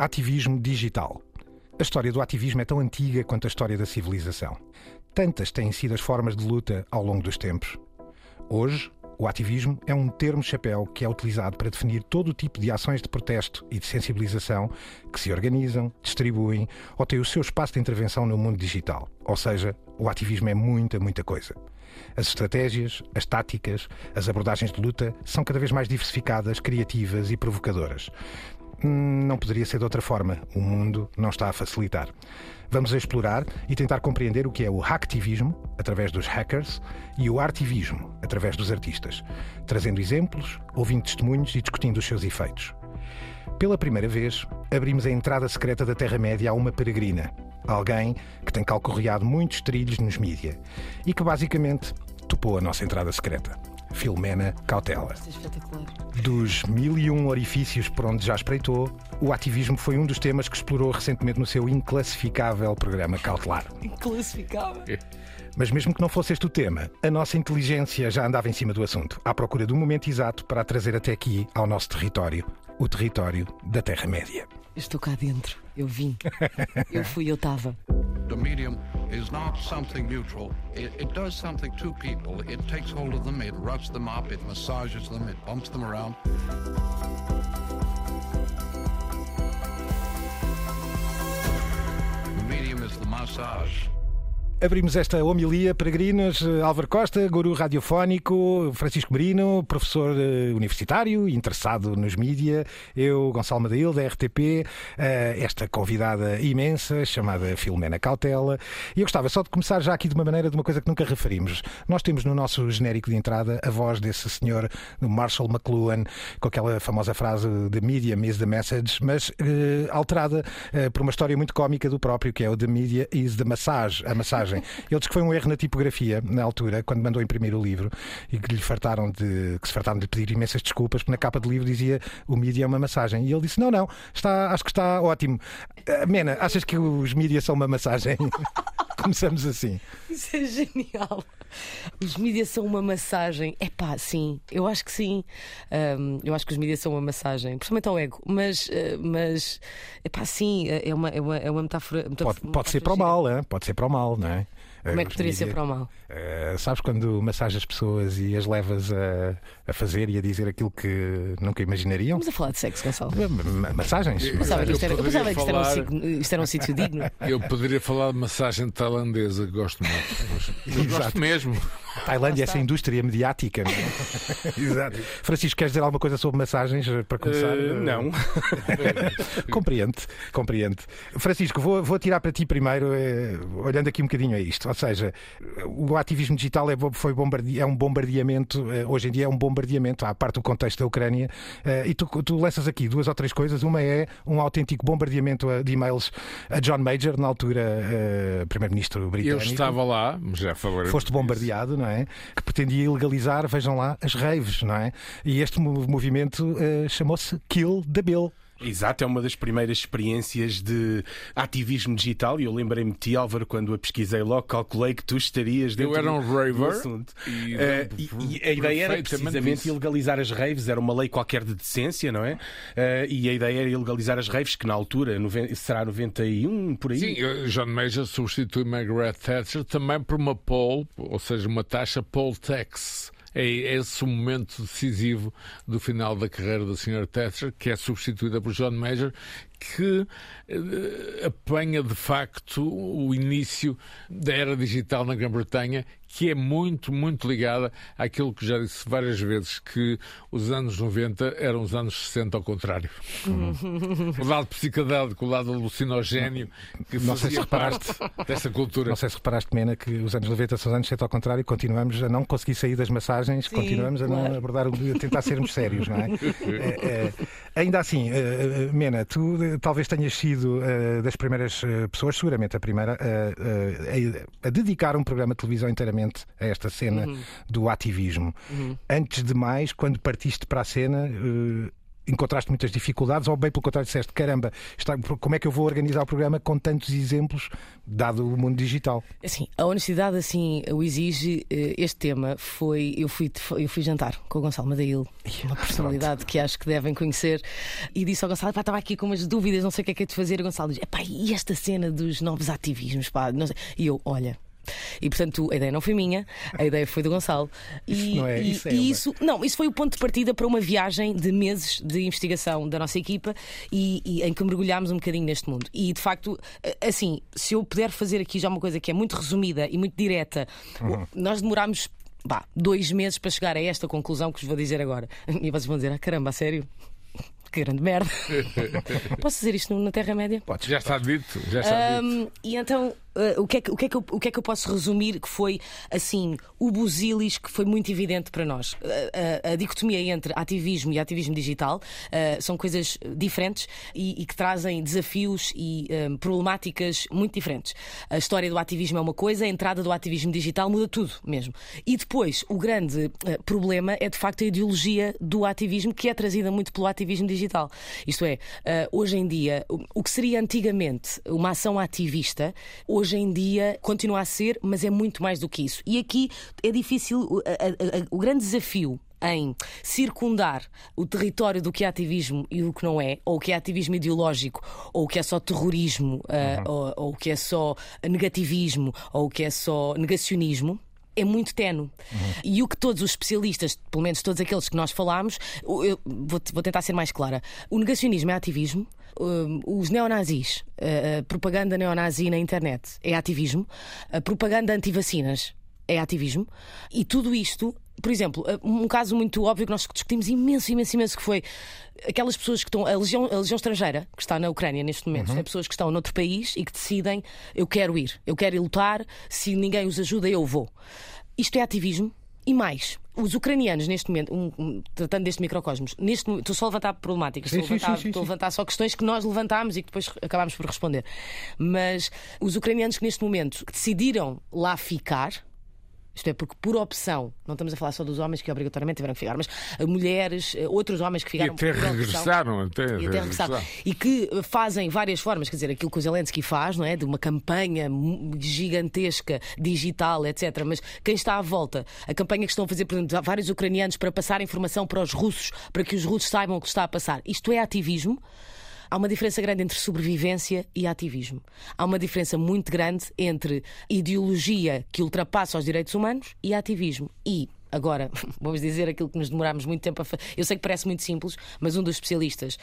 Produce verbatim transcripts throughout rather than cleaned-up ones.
Ativismo digital. A história do ativismo é tão antiga quanto a história da civilização. Tantas têm sido as formas de luta ao longo dos tempos. Hoje, o ativismo é um termo-chapéu que é utilizado para definir todo o tipo de ações de protesto e de sensibilização que se organizam, distribuem ou têm o seu espaço de intervenção no mundo digital. Ou seja, o ativismo é muita, muita coisa. As estratégias, as táticas, as abordagens de luta são cada vez mais diversificadas, criativas e provocadoras. Não poderia ser de outra forma. O mundo não está a facilitar. Vamos explorar e tentar compreender o que é o hacktivismo, através dos hackers, e o artivismo, através dos artistas, trazendo exemplos, ouvindo testemunhos e discutindo os seus efeitos. Pela primeira vez, abrimos a entrada secreta da Terra-média a uma peregrina, alguém que tem calcorreado muitos trilhos nos mídia e que basicamente topou a nossa entrada secreta. Filomena Cautela. Isto é espetacular. Dos mil e um orifícios por onde já espreitou, o ativismo foi um dos temas que explorou recentemente no seu inclassificável programa Cautelar. Inclassificável? Mas mesmo que não fosse este o tema, a nossa inteligência já andava em cima do assunto, à procura do momento exato para a trazer até aqui, ao nosso território, o território da Terra-média. Eu estou cá dentro. Eu vim. Eu fui, eu estava. The medium is not something neutral. It, it does something to people. It takes hold of them, it roughs them up, it massages them, it bumps them around. The medium is the massage. Abrimos esta homilia, peregrinos, Álvaro Costa, guru radiofónico, Francisco Marino, professor universitário, interessado nos mídia, eu, Gonçalo Madail, da R T P, esta convidada imensa, chamada Filomena Cautela, e eu gostava só de começar já aqui de uma maneira de uma coisa que nunca referimos. Nós temos no nosso genérico de entrada a voz desse senhor, do Marshall McLuhan, com aquela famosa frase "The medium is the message", mas eh, alterada eh, por uma história muito cómica do próprio, que é o "The media is the massage", a massagem. Ele diz que foi um erro na tipografia, na altura, quando mandou imprimir o livro, e que lhe fartaram de, que se fartaram de pedir imensas desculpas, porque na capa do livro dizia "o mídia é uma massagem". E ele disse: não, não, está, acho que está ótimo. Uh, Mena, achas que os mídia são uma massagem? Começamos assim. Isso é genial. Os mídias são uma massagem. É pá, sim, eu acho que sim. Um, eu acho que os mídias são uma massagem, principalmente ao ego. Mas, uh, mas é pá, sim, é uma, é uma, é uma metáfora. Pode, uma pode ser para o mal, é? Pode ser para o mal, não é? Como é que Os poderia mídia, ser para o mal? Uh, sabes quando massajas as pessoas e as levas a, a fazer e a dizer aquilo que nunca imaginariam? Vamos a falar de sexo, Gonçalo. Massagens. Eu pensava que isto era, eu pensava que isto era, um, falar... signo, isto era um sítio digno. Eu poderia falar de massagem tailandesa, que gosto muito. Eu gosto mesmo. Tailândia, essa indústria mediática. Não é? Exato. Francisco, queres dizer alguma coisa sobre massagens para começar? Uh, não. Compreende, compreende. Francisco, vou, vou tirar para ti primeiro, eh, olhando aqui um bocadinho a isto. Ou seja, o ativismo digital é, foi bombarde... é um bombardeamento, eh, hoje em dia é um bombardeamento, à parte do contexto da Ucrânia, eh, e tu, tu lanças aqui duas ou três coisas. Uma é um autêntico bombardeamento de e-mails a John Major, na altura eh, primeiro-ministro britânico. Eu estava lá, mas já falei. Foste bombardeado, não é? Que pretendia ilegalizar, vejam lá, as raves, não é? E este movimento uh, chamou-se Kill the Bill. Exato, é uma das primeiras experiências de ativismo digital e eu lembrei-me de ti, Álvaro, quando a pesquisei logo, calculei que tu estarias dentro eu era um do, raver, do assunto. E, uh, e, e a ideia era precisamente isso. Ilegalizar as raves, era uma lei qualquer de decência, não é? Uh, e a ideia era ilegalizar as raves, que na altura, será noventa e um, por aí? Sim, John Major substitui Margaret Thatcher também por uma poll, ou seja, uma taxa poll tax. É esse o momento decisivo do final da carreira da senhora Thatcher, que é substituída por John Major, que eh, apanha de facto o início da era digital na Grã-Bretanha, que é muito, muito ligada àquilo que já disse várias vezes, que os anos noventa eram os anos sessenta ao contrário. Uhum. O lado psicodélico, o lado alucinogénio, que não sei se reparaste dessa cultura. Não sei se reparaste, Mena, que os anos noventa são os anos sessenta ao contrário e continuamos a não conseguir sair das massagens, sim, continuamos a claro. não abordar, a tentar sermos sérios, não é? é, é ainda assim, uh, Mena, tu talvez tenhas sido uh, das primeiras uh, pessoas, seguramente a primeira, uh, uh, a, a dedicar um programa de televisão inteiramente a esta cena uhum. do ativismo. Uhum. Antes de mais, quando partiste para a cena, uh, encontraste muitas dificuldades ou bem pelo contrário disseste, caramba, está, como é que eu vou organizar o programa com tantos exemplos, dado o mundo digital? Assim, a honestidade assim o exige. Este tema foi, eu fui, eu fui jantar com o Gonçalo Madail, uma personalidade que acho que devem conhecer, e disse ao Gonçalo, pá, estava aqui com umas dúvidas, não sei o que é que é de fazer, e o Gonçalo diz, pá, e esta cena dos novos ativismos, pá, não sei. E eu, olha... E portanto a ideia não foi minha, a ideia foi do Gonçalo. Isso e, não é, e, isso é e uma... isso, não, isso foi o ponto de partida para uma viagem de meses de investigação da nossa equipa e, e em que mergulhámos um bocadinho neste mundo. E de facto, assim, se eu puder fazer aqui já uma coisa que é muito resumida e muito direta, uhum. nós demorámos bah, dois meses para chegar a esta conclusão que vos vou dizer agora. E vocês vão dizer, ah caramba, a sério? Que grande merda. Posso dizer isto na Terra-média? Pode, já está dito. Já está um, dito. E então, uh, o, que é que, o, que é que eu, o que é que eu posso resumir que foi, assim, o busilis que foi muito evidente para nós? Uh, a, a dicotomia entre ativismo e ativismo digital uh, são coisas diferentes e, e que trazem desafios e um, problemáticas muito diferentes. A história do ativismo é uma coisa, a entrada do ativismo digital muda tudo mesmo. E depois, o grande uh, problema é de facto a ideologia do ativismo, que é trazida muito pelo ativismo digital. Digital. Isto é, hoje em dia, o que seria antigamente uma ação ativista, hoje em dia continua a ser, mas é muito mais do que isso. E aqui é difícil, a, a, a, o grande desafio em circundar o território do que é ativismo e do que não é, ou o que é ativismo ideológico, ou o que é só terrorismo, uhum. uh, ou, ou o que é só negativismo, ou o que é só negacionismo, é muito tenue. Uhum. E o que todos os especialistas, pelo menos todos aqueles que nós falámos, eu vou, vou tentar ser mais clara. O negacionismo é ativismo. Os neonazis, a propaganda neonazi na internet é ativismo. A propaganda anti-vacinas é ativismo. E tudo isto, por exemplo, um caso muito óbvio que nós discutimos imenso, imenso, imenso, que foi aquelas pessoas que estão, a legião, a legião estrangeira que está na Ucrânia neste momento, uhum. é pessoas que estão noutro país e que decidem, eu quero ir, eu quero ir lutar, se ninguém os ajuda eu vou. Isto é ativismo. E mais, os ucranianos neste momento, um, um, tratando deste microcosmos, neste, estou só a levantar problemáticas, sim, estou, a levantar, sim, sim, estou a sim. levantar só questões que nós levantámos e que depois acabámos por responder. Mas os ucranianos que neste momento decidiram lá ficar, isto é, porque por opção, não estamos a falar só dos homens que obrigatoriamente tiveram que ficar, mas mulheres, outros homens que ficaram e até por regressaram, opção, até, e até regressaram. E que fazem várias formas, quer dizer, aquilo que o Zelensky faz, não é? De uma campanha gigantesca, digital, etcétera. Mas quem está à volta, a campanha que estão a fazer, por exemplo, vários ucranianos para passar informação para os russos, para que os russos saibam o que está a passar. Isto é ativismo. Há uma diferença grande entre sobrevivência e ativismo. Há uma diferença muito grande entre ideologia que ultrapassa os direitos humanos e ativismo. E, agora, vamos dizer aquilo que nos demorámos muito tempo a fazer. Eu sei que parece muito simples, mas um dos especialistas,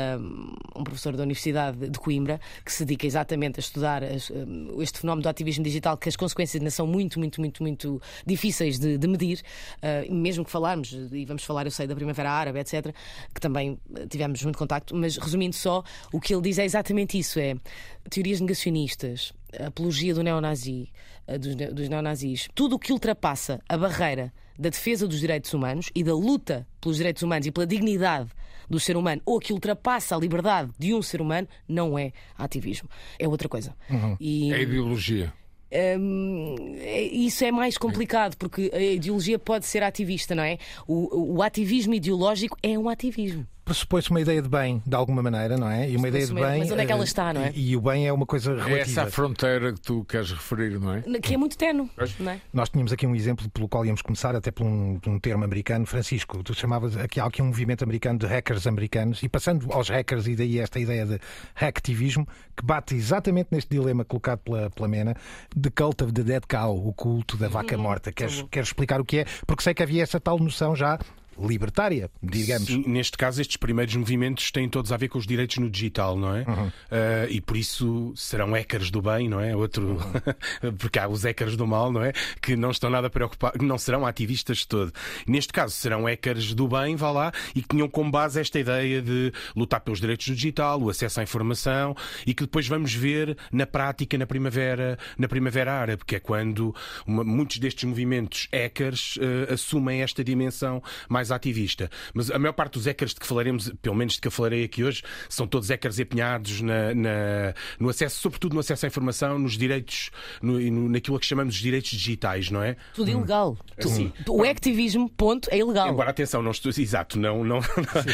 um professor da Universidade de Coimbra, que se dedica exatamente a estudar este fenómeno do ativismo digital, que as consequências ainda são muito, muito, muito, muito difíceis de, de medir, mesmo que falarmos, e vamos falar, eu sei, da Primavera Árabe, etcétera, que também tivemos muito contacto, mas resumindo só, o que ele diz é exatamente isso, é teorias negacionistas, a apologia do neonazi, dos, dos neonazis, tudo o que ultrapassa a barreira da defesa dos direitos humanos e da luta pelos direitos humanos e pela dignidade do ser humano, ou que ultrapassa a liberdade de um ser humano, não é ativismo. É outra coisa. Uhum. E... é ideologia. Hum, isso é mais complicado, porque a ideologia pode ser ativista, não é? O, o ativismo ideológico é um ativismo. Pressupõe-se uma ideia de bem, de alguma maneira, não é? E uma ideia de bem. Mas onde é que ela está, não é? E, e o bem é uma coisa relativa. É essa a fronteira que tu queres referir, não é? Que é muito tenue, não é? Nós tínhamos aqui um exemplo pelo qual íamos começar, até por um, um termo americano. Francisco, tu chamavas aqui, há aqui um movimento americano de hackers americanos, e passando aos hackers, e daí esta ideia de hacktivismo, que bate exatamente neste dilema colocado pela, pela Mena, The Cult of the Dead Cow, o culto da vaca morta. Hum, queres, queres explicar o que é? Porque sei que havia essa tal noção já libertária, digamos. Sim, neste caso, estes primeiros movimentos têm todos a ver com os direitos no digital, não é? Uhum. Uh, e por isso serão hackers do bem, não é? Outro, uhum. Porque há os hackers do mal, não é? Que não estão nada preocupados, não serão ativistas de todo. Neste caso, serão hackers do bem, vá lá, e que tinham como base esta ideia de lutar pelos direitos no digital, o acesso à informação, e que depois vamos ver na prática na primavera, na primavera árabe, que é quando uma, muitos destes movimentos hackers uh, assumem esta dimensão mais mais ativista. Mas a maior parte dos hackers de que falaremos, pelo menos de que eu falarei aqui hoje, são todos hackers empenhados na, na, no acesso, sobretudo no acesso à informação, nos direitos, no, no, naquilo que chamamos de direitos digitais, não é? Tudo hum. ilegal. Sim. O hacktivismo, ponto, é ilegal. Embora, atenção, não estou. Exato, não. não...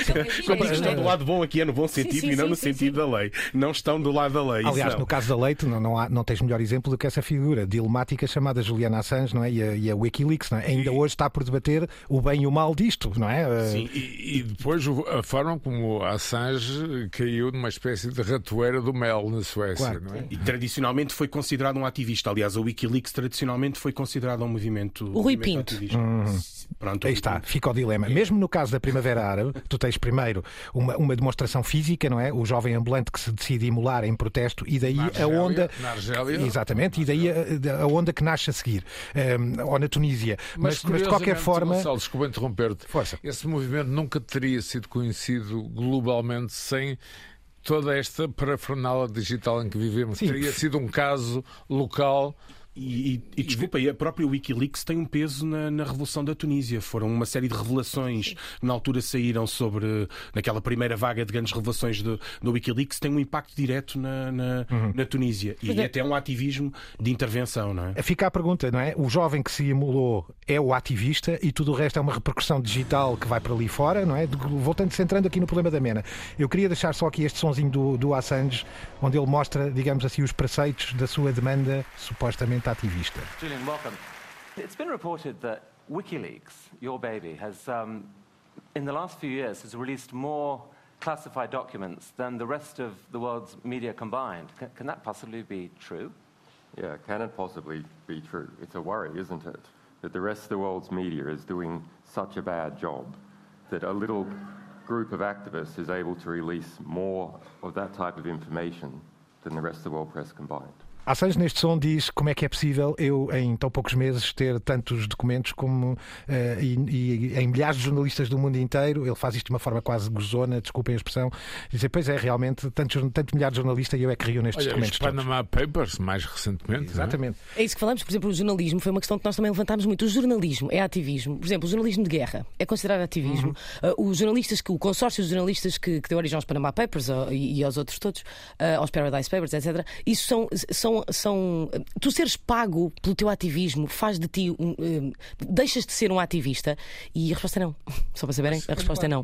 estão do lado bom aqui é no bom sentido sim, sim, e não sim, no sim, sentido sim. da lei. Não estão do lado da lei. Aliás, não. no caso da lei, tu não, não, há, não tens melhor exemplo do que essa figura dilemática chamada Julian Assange, não é? E a, e a Wikileaks, não é? Ainda hoje está por debater o bem e o mal disto, não é? Sim, e, e depois a forma como Assange caiu numa espécie de ratoeira do mel na Suécia, claro. Não é? E tradicionalmente foi considerado um ativista. Aliás, a Wikileaks tradicionalmente foi considerado um movimento. O Rui Pinto. Hum. Pronto, aí está, fica o dilema. Mesmo no caso da Primavera Árabe, tu tens primeiro uma, uma demonstração física, não é? O jovem ambulante que se decide imolar em protesto e daí na Argélia, a onda. Na Argélia. Exatamente, e daí a, a onda que nasce a seguir. Um, ou na Tunísia. Mas, mas, mas de qualquer forma. Gonçalo, desculpa interromper-te. Força. Esse movimento nunca teria sido conhecido globalmente sem toda esta parafernália digital em que vivemos. Sim. Teria sido um caso local. E, e, e desculpa, e a própria Wikileaks tem um peso na, na Revolução da Tunísia. Foram uma série de revelações que na altura saíram sobre, naquela primeira vaga de grandes revelações do, do Wikileaks, tem um impacto direto na, na, uhum. na Tunísia. E é até um ativismo de intervenção, não é? Fica a pergunta, não é? O jovem que se imolou é o ativista e tudo o resto é uma repercussão digital que vai para ali fora, não é? Voltando, centrando aqui no problema da MENA. Eu queria deixar só aqui este sonzinho do, do Assange, onde ele mostra, digamos assim, os preceitos da sua demanda supostamente ativista. Julian, welcome. It's been reported that WikiLeaks, your baby, has, um, in the last few years, has released more classified documents than the rest of the world's media combined. Can, can that possibly be true? Yeah, can it possibly be true? It's a worry, isn't it? That the rest of the world's media is doing such a bad job that a little group of activists is able to release more of that type of information than the rest of the world press combined. Assange neste som diz como é que é possível eu em tão poucos meses ter tantos documentos como uh, e, e em milhares de jornalistas do mundo inteiro. Ele faz isto de uma forma quase gozona, desculpem a expressão, dizer, pois é, realmente tantos, tanto milhares de jornalistas e eu é que rio nestes Olha, documentos os Panama Papers, mais recentemente. Exatamente. É? é isso que falamos, por exemplo, o jornalismo foi uma questão que nós também levantámos muito. O jornalismo é ativismo. Por exemplo, o jornalismo de guerra é considerado ativismo. Uhum. Uh, os jornalistas, que, o consórcio de jornalistas que, que deu origem aos Panama Papers uh, e, e aos outros todos, uh, aos Paradise Papers, etcétera. Isso são, são, são tu seres pago pelo teu ativismo faz de ti um, um, deixas de ser um ativista. E a resposta é não. Só para saberem, a resposta é não.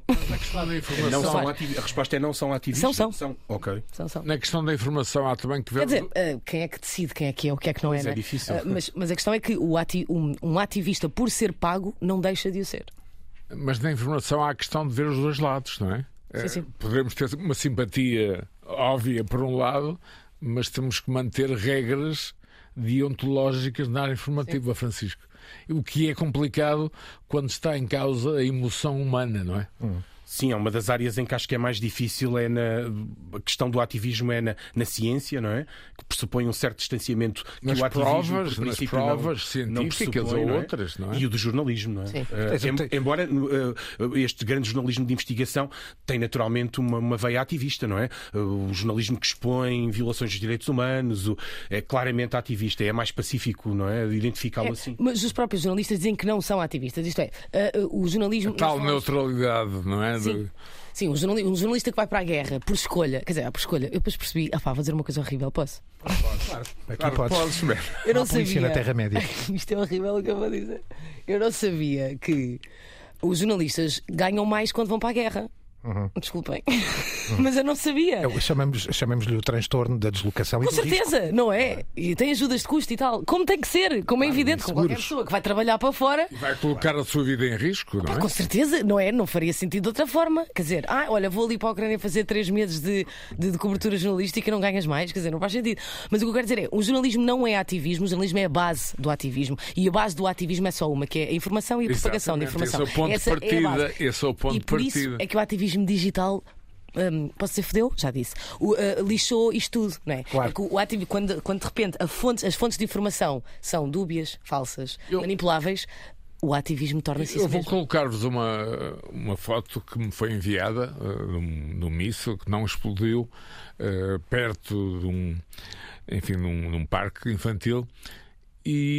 Não são ativi- a resposta é não são ativistas. São, são. são. Okay. São, são. Na questão da informação há também que ver. Quer dizer, uh, quem é que decide quem é que é, o que é que não é, é, né? é difícil. Uh, mas, mas a questão é que o ati- um, um ativista, por ser pago, não deixa de o ser. Mas na informação há a questão de ver os dois lados, não é? Sim, sim. Podemos ter uma simpatia óbvia por um lado, mas temos que manter regras deontológicas na área informativa, sim. Francisco. O que é complicado quando está em causa a emoção humana, não é? Hum. Sim, é uma das áreas em que acho que é mais difícil, é na a questão do ativismo é na, na ciência, não é? Que pressupõe um certo distanciamento que nas o ativismo, provas, por nas não, provas científicas não ou não é? outras, não é? E o do jornalismo, não é? Uh, em, embora uh, este grande jornalismo de investigação tem naturalmente uma, uma veia ativista, não é? Uh, o jornalismo que expõe violações dos direitos humanos o, é claramente ativista, é mais pacífico, não é? Identificá-lo é, assim. Mas os próprios jornalistas dizem que não são ativistas. Isto é, uh, uh, o jornalismo. A tal neutralidade, não é? Sim. Sim, um jornalista, um jornalista que vai para a guerra por escolha, quer dizer, por escolha, eu depois percebi, ah pá, vou dizer uma coisa horrível, posso? Claro, claro. Aqui claro, podes. podes ver. Eu não a polícia sabia. na Terra-média. Isto é horrível o que eu vou dizer. Eu não sabia que os jornalistas ganham mais quando vão para a guerra. Uhum. Desculpem, uhum. Mas eu não sabia. Eu, chamamos, chamamos-lhe o transtorno da deslocação. Com e do certeza, risco. Não é? E tem ajudas de custo e tal. Como tem que ser, como é claro, evidente, com qualquer pessoa que vai trabalhar para fora. E vai colocar a sua vida em risco, não é? Com certeza, não é? Não faria sentido de outra forma. Quer dizer, ah, olha, vou ali para a Ucrânia fazer três meses de, de, de cobertura jornalística e não ganhas mais. Quer dizer, não faz sentido. Mas o que eu quero dizer é, o jornalismo não é ativismo, o jornalismo é a base do ativismo. E a base do ativismo é só uma, que é a informação e a propagação da informação. Esse é o ponto Essa de partida. É a base. Esse é o ponto e por de partida. Isso é que o ativismo digital. Um, posso dizer fodeu? Já disse. O, uh, lixou isto tudo, não é? Claro. Porque o ativismo, quando, quando de repente a fonte, as fontes de informação são dúbias, falsas, eu, manipuláveis, o ativismo torna-se Eu isso vou mesmo. colocar-vos uma, uma foto que me foi enviada uh, num, num míssil que não explodiu uh, perto de um, enfim, num, num parque infantil e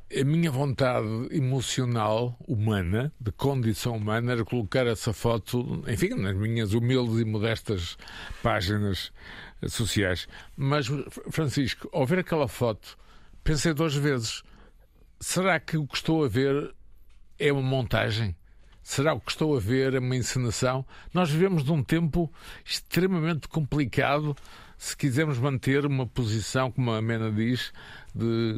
A minha vontade emocional, humana, de condição humana, era colocar essa foto, enfim, nas minhas humildes e modestas páginas sociais. Mas, Francisco, ao ver aquela foto, pensei duas vezes: será que o que estou a ver é uma montagem? Será que o que estou a ver é uma encenação? Nós vivemos num tempo extremamente complicado, se quisermos manter uma posição, como a Mena diz, de...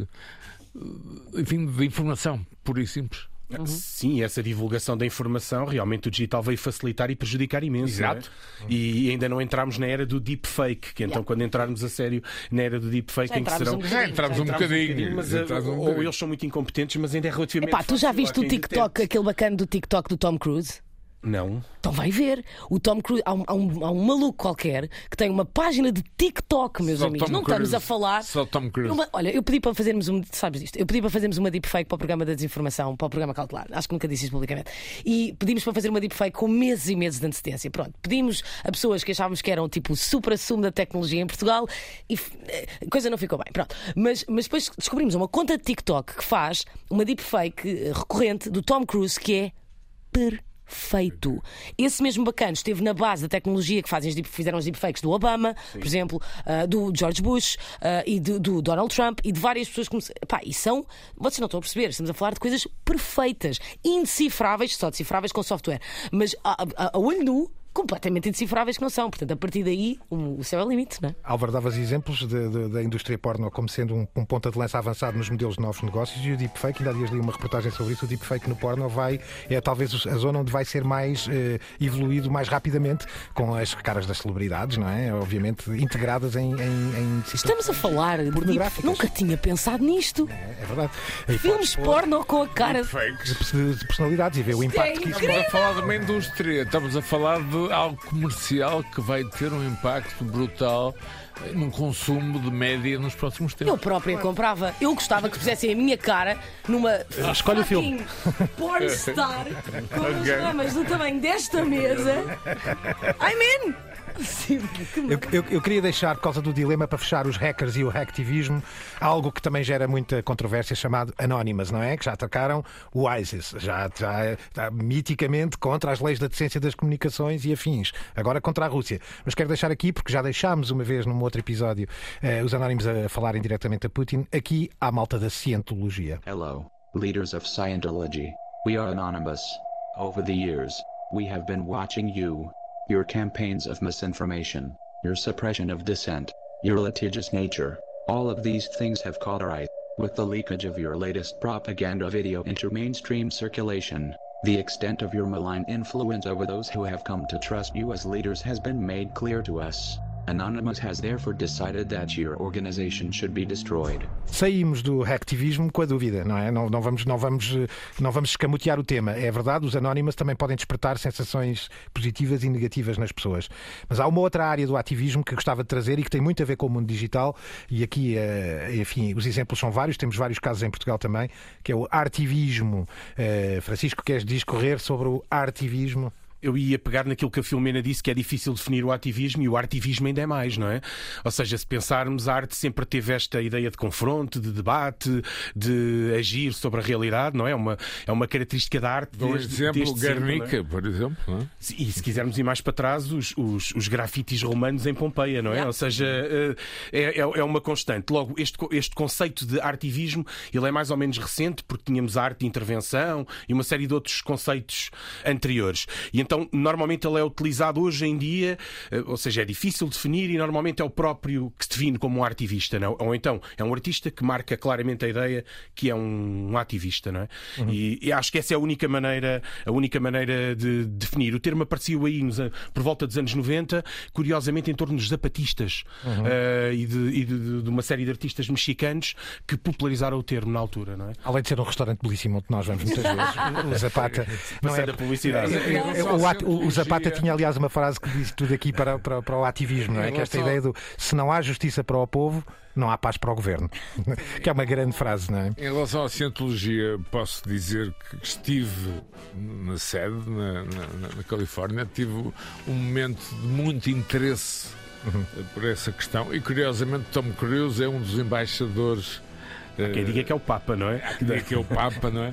enfim, de informação, pura e simples. Uhum. Sim, essa divulgação da informação, realmente o digital veio facilitar e prejudicar imenso. Exato. Não é? E ainda não entramos na era do deepfake, que então yeah. quando entrarmos a sério na era do deepfake, já em que serão... Um já entramos um bocadinho. Mas, um ou, bocadinho. ou eles são muito incompetentes, mas ainda é relativamente Epá, tu já fácil, viste o TikTok, aquele bacana do TikTok do Tom Cruise? Não. Então vai ver. O Tom Cruise, há um, há um, há um maluco qualquer que tem uma página de TikTok, meus Só amigos. Tom Não Cruise. estamos a falar. Só Tom Cruise. Uma, olha, eu pedi para fazermos um. Sabes disto? Eu pedi para fazermos uma deepfake para o programa da desinformação, para o programa cautelar. Acho que nunca disse isso publicamente. E pedimos para fazer uma deepfake com meses e meses de antecedência. Pronto. Pedimos a pessoas que achávamos que eram tipo o supra-sumo da tecnologia em Portugal e a coisa não ficou bem. Pronto. Mas, mas depois descobrimos uma conta de TikTok que faz uma deepfake recorrente do Tom Cruise que é perfeito. Feito. Esse mesmo bacana esteve na base da tecnologia que fazem, fizeram os deepfakes do Obama, Sim. por exemplo, uh, do George Bush uh, e do, do Donald Trump e de várias pessoas que Pá, e são, vocês não estão a perceber, estamos a falar de coisas perfeitas, indecifráveis, só decifráveis com software, mas a, a, a olho nu, completamente indecifráveis que não são. Portanto, a partir daí, o, o céu é o limite, não é? Álvaro, davas exemplos de, de, da indústria porno como sendo um, um ponta de lança avançado nos modelos de novos negócios, e o deepfake, ainda há dias li uma reportagem sobre isso, o deepfake no porno vai, é talvez a zona onde vai ser mais eh, evoluído mais rapidamente, com as caras das celebridades, não é? Obviamente integradas em, em, em Estamos a falar de deep... Nunca tinha pensado nisto. É, é verdade. Filmes porno com a cara de, de, de personalidades e ver o impacto que isso tem. Estamos a falar de uma indústria, estamos a falar de algo comercial que vai ter um impacto brutal num consumo de média nos próximos tempos. Eu própria comprava. Eu gostava que pusessem a minha cara numa escolhe o filme pornstar com okay. os ramas do tamanho desta mesa. I'm in! Eu, eu, eu queria deixar, por causa do dilema, para fechar os hackers e o hacktivismo, algo que também gera muita controvérsia, chamado Anonymous, não é? Que já atacaram o ISIS, já, já está miticamente contra as leis da decência das comunicações e afins, agora contra a Rússia. Mas quero deixar aqui, porque já deixámos uma vez num outro episódio eh, os Anónimos a falarem diretamente a Putin, aqui à malta da Cientologia. Hello, leaders of Scientology. We are anonymous. Over the years, we have been watching you. Your campaigns of misinformation, your suppression of dissent, your litigious nature, all of these things have caught our eye. With the leakage of your latest propaganda video into mainstream circulation, the extent of your malign influence over those who have come to trust you as leaders has been made clear to us. Anonymous has therefore decided that your organization should be destroyed. Saímos do hacktivismo com a dúvida, não é? Não, não, vamos, não, vamos, não vamos escamotear o tema. É verdade, os Anonymous também podem despertar sensações positivas e negativas nas pessoas. Mas há uma outra área do ativismo que gostava de trazer e que tem muito a ver com o mundo digital, e aqui, enfim, os exemplos são vários, temos vários casos em Portugal também, que é o artivismo. Francisco, queres discorrer sobre o artivismo? Eu ia pegar naquilo que a Filomena disse, que é difícil definir o ativismo, e o artivismo ainda é mais, não é? Ou seja, se pensarmos, a arte sempre teve esta ideia de confronto, de debate, de agir sobre a realidade, não é? É uma, é uma característica da arte. Por exemplo, Guernica, sempre, é? por exemplo. Não é? E se quisermos ir mais para trás, os, os, os grafites romanos em Pompeia, não é? Yeah. Ou seja, é, é uma constante. Logo, este, este conceito de artivismo, ele é mais ou menos recente, porque tínhamos a arte de intervenção e uma série de outros conceitos anteriores. E então, normalmente ele é utilizado hoje em dia, ou seja, é difícil definir, e normalmente é o próprio que se define como um artivista, não? Ou então é um artista que marca claramente a ideia que é um ativista, não é? Uhum. E, e acho que essa é a única maneira, a única maneira de definir. O termo apareceu aí nos, por volta dos anos noventa, curiosamente em torno dos zapatistas, uhum. uh, e, de, e de, de uma série de artistas mexicanos que popularizaram o termo na altura, não é? Além de ser um restaurante belíssimo onde nós vamos muitas vezes, o Zapata não é da publicidade. O, o, o Zapata tinha, aliás, uma frase que disse tudo aqui para, para, para o ativismo, não é? Que é esta ideia do se não há justiça para o povo, não há paz para o governo. Que é uma grande frase, não é? Em relação à cientologia, posso dizer que estive na sede, na, na, na Califórnia, tive um momento de muito interesse uhum. por essa questão, e curiosamente Tom Cruise é um dos embaixadores Quem diga que é o Papa, não é? Quem diga que é o Papa, não é?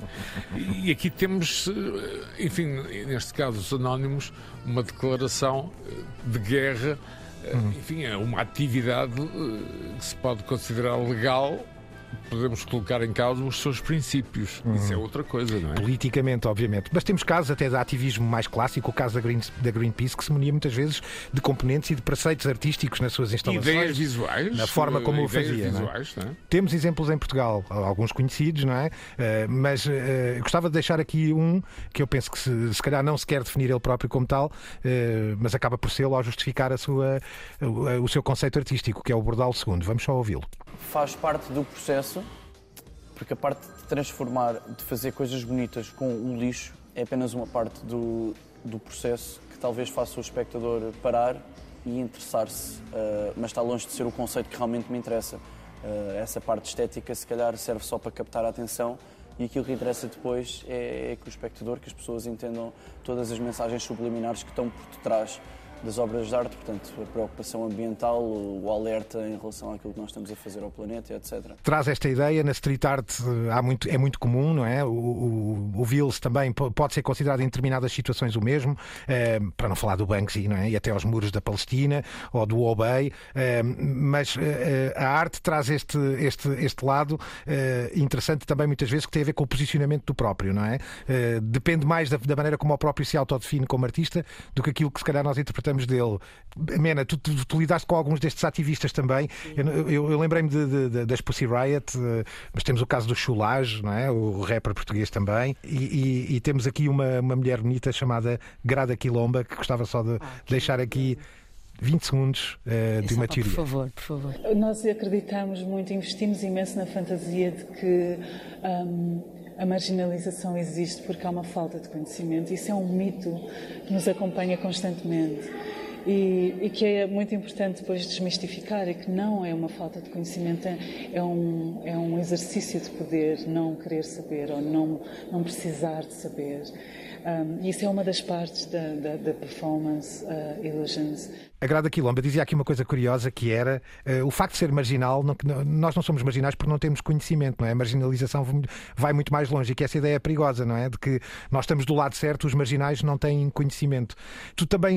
E aqui temos, enfim, neste caso os anónimos, uma declaração de guerra, uhum. enfim, é uma atividade que se pode considerar legal. Podemos colocar em causa os seus princípios. Uhum. Isso é outra coisa, não é? Politicamente, obviamente. Mas temos casos até de ativismo mais clássico, o caso da, Green, da Greenpeace, que se munia muitas vezes de componentes e de preceitos artísticos nas suas instalações. Ideias visuais. Na forma como o fazia. Visuais, não é? Não é? Temos exemplos em Portugal, alguns conhecidos, não é? Uh, mas uh, gostava de deixar aqui um que eu penso que se, se calhar não se quer definir ele próprio como tal, uh, mas acaba por ser ao justificar a sua, uh, o seu conceito artístico, que é o Bordal segundo. Vamos só ouvi-lo. Faz parte do processo, porque a parte de transformar, de fazer coisas bonitas com o lixo é apenas uma parte do, do processo que talvez faça o espectador parar e interessar-se, uh, mas está longe de ser o conceito que realmente me interessa. Uh, essa parte estética, se calhar, serve só para captar a atenção e aquilo que interessa depois é, é que o espectador, que as pessoas entendam todas as mensagens subliminares que estão por detrás das obras de arte, portanto, a preocupação ambiental, o alerta em relação àquilo que nós estamos a fazer ao planeta, etcétera. Traz esta ideia, na street art há muito, é muito comum, não é? O, o, o Vils também pode ser considerado em determinadas situações o mesmo, eh, para não falar do Banksy, não é? E até aos muros da Palestina, ou do Obey, eh, mas eh, a arte traz este, este, este lado eh, interessante também muitas vezes, que tem a ver com o posicionamento do próprio, não é? Eh, depende mais da, da maneira como o próprio se autodefine como artista do que aquilo que se calhar nós interpretamos dele. Mena, tu, tu, tu lidaste com alguns destes ativistas também. Eu, eu, eu lembrei-me de, de, de, das Pussy Riot, mas temos o caso do Chulage, não é? O rapper português também. E, e, e temos aqui uma, uma mulher bonita chamada Grada Quilomba, que gostava só de ah, deixar aqui vinte segundos uh, de uma teoria. Por favor, por favor. Nós acreditamos muito, investimos imenso na fantasia de que um, a marginalização existe porque há uma falta de conhecimento. Isso é um mito que nos acompanha constantemente e, e que é muito importante depois desmistificar, e que não é uma falta de conhecimento, é um, é um exercício de poder não querer saber ou não, não precisar de saber. Um, isso é uma das partes da, da, da performance uh, Illusions. A Grada Quilomba dizia aqui uma coisa curiosa, que era uh, o facto de ser marginal. Não, nós não somos marginais porque não temos conhecimento, não é? A marginalização vai muito mais longe, e que essa ideia é perigosa, não é? De que nós estamos do lado certo, os marginais não têm conhecimento. Tu também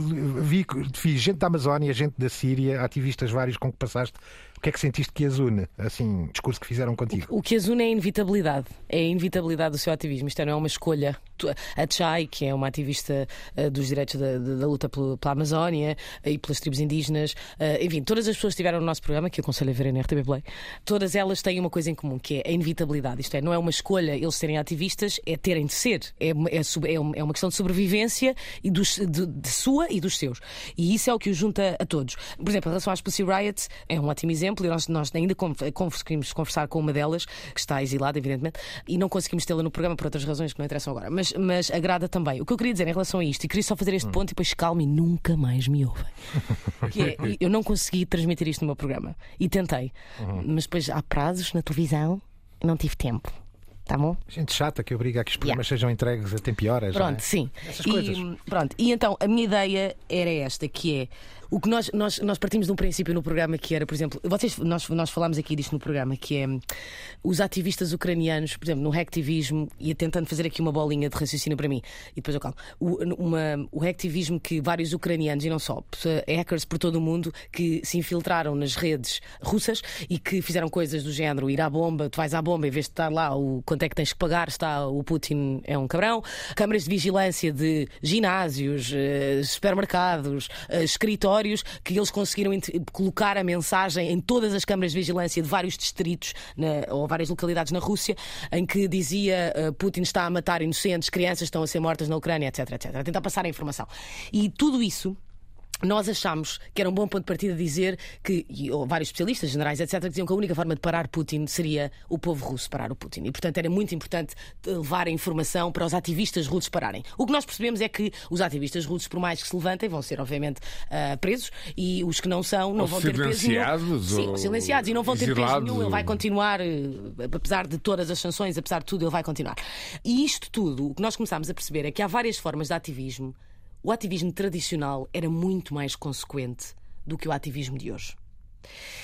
vi, vi gente da Amazónia, gente da Síria, ativistas vários com que passaste. O que é que sentiste que as une, assim, o discurso que fizeram contigo? O que as une é a inevitabilidade. É a inevitabilidade do seu ativismo. Isto não é uma escolha. A Chai, que é uma ativista uh, dos direitos da, da, da luta pela, pela Amazónia uh, e pelas tribos indígenas, uh, enfim, todas as pessoas que estiveram no nosso programa, que eu aconselho a verem na R T P Play, todas elas têm uma coisa em comum, que é a inevitabilidade. Isto é, não é uma escolha eles serem ativistas, é terem de ser. É, é, é uma questão de sobrevivência e dos, de, de sua e dos seus. E isso é o que os junta a todos. Por exemplo, em relação às Pussy Riot, é um ótimo exemplo. E nós, nós ainda conseguimos conversar com uma delas, que está exilada, evidentemente, e não conseguimos tê-la no programa por outras razões que não interessam agora. Mas, mas agrada também. O que eu queria dizer em relação a isto, e queria só fazer este ponto e depois calma e nunca mais me ouvem, que é, eu não consegui transmitir isto no meu programa. E tentei. Uhum. Mas depois há prazos na televisão e não tive tempo. Tá bom? Gente chata que obriga a que os programas yeah. sejam entregues a tempo e horas. Pronto, é? sim. Essas e, coisas. Pronto. E então a minha ideia era esta, que é o que nós, nós, nós partimos de um princípio no programa que era, por exemplo, vocês, nós, nós falámos aqui disto no programa, que é os ativistas ucranianos, por exemplo, no hacktivismo, e tentando fazer aqui uma bolinha de raciocínio para mim, e depois eu calmo, o, uma, o hacktivismo que vários ucranianos, e não só, hackers por todo o mundo, que se infiltraram nas redes russas e que fizeram coisas do género, ir à bomba, tu vais à bomba, em vez de estar lá, o, quanto é que tens que pagar, está o Putin é um cabrão, câmaras de vigilância de ginásios, supermercados, escritórios, que eles conseguiram colocar a mensagem em todas as câmaras de vigilância de vários distritos na, ou várias localidades na Rússia, em que dizia uh, Putin está a matar inocentes, crianças estão a ser mortas na Ucrânia, etc, etc. A tentar passar a informação. E tudo isso nós achámos que era um bom ponto de partida dizer que, e ou vários especialistas, generais, etcétera, diziam que a única forma de parar Putin seria o povo russo parar o Putin. E, portanto, era muito importante levar a informação para os ativistas russos pararem. O que nós percebemos é que os ativistas russos, por mais que se levantem, vão ser, obviamente, uh, presos, e os que não são, não ou vão ter peso nenhum. Sim, ou silenciados, e não vão ter exilados, peso nenhum. Ele vai continuar, apesar de todas as sanções, apesar de tudo, ele vai continuar. E isto tudo, o que nós começámos a perceber é que há várias formas de ativismo. O ativismo tradicional era muito mais consequente do que o ativismo de hoje.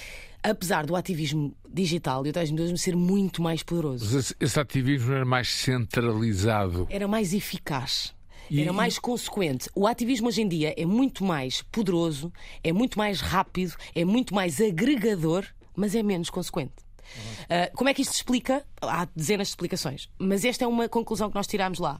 apesar do ativismo digital e o ativismo ser muito mais poderoso. Esse, esse ativismo era mais centralizado. Era mais eficaz. Era mais consequente. O ativismo hoje em dia é muito mais poderoso, é muito mais rápido, é muito mais agregador, mas é menos consequente. Uhum. Uh, como é que isto se explica? Há dezenas de explicações, mas esta é uma conclusão que nós tirámos lá.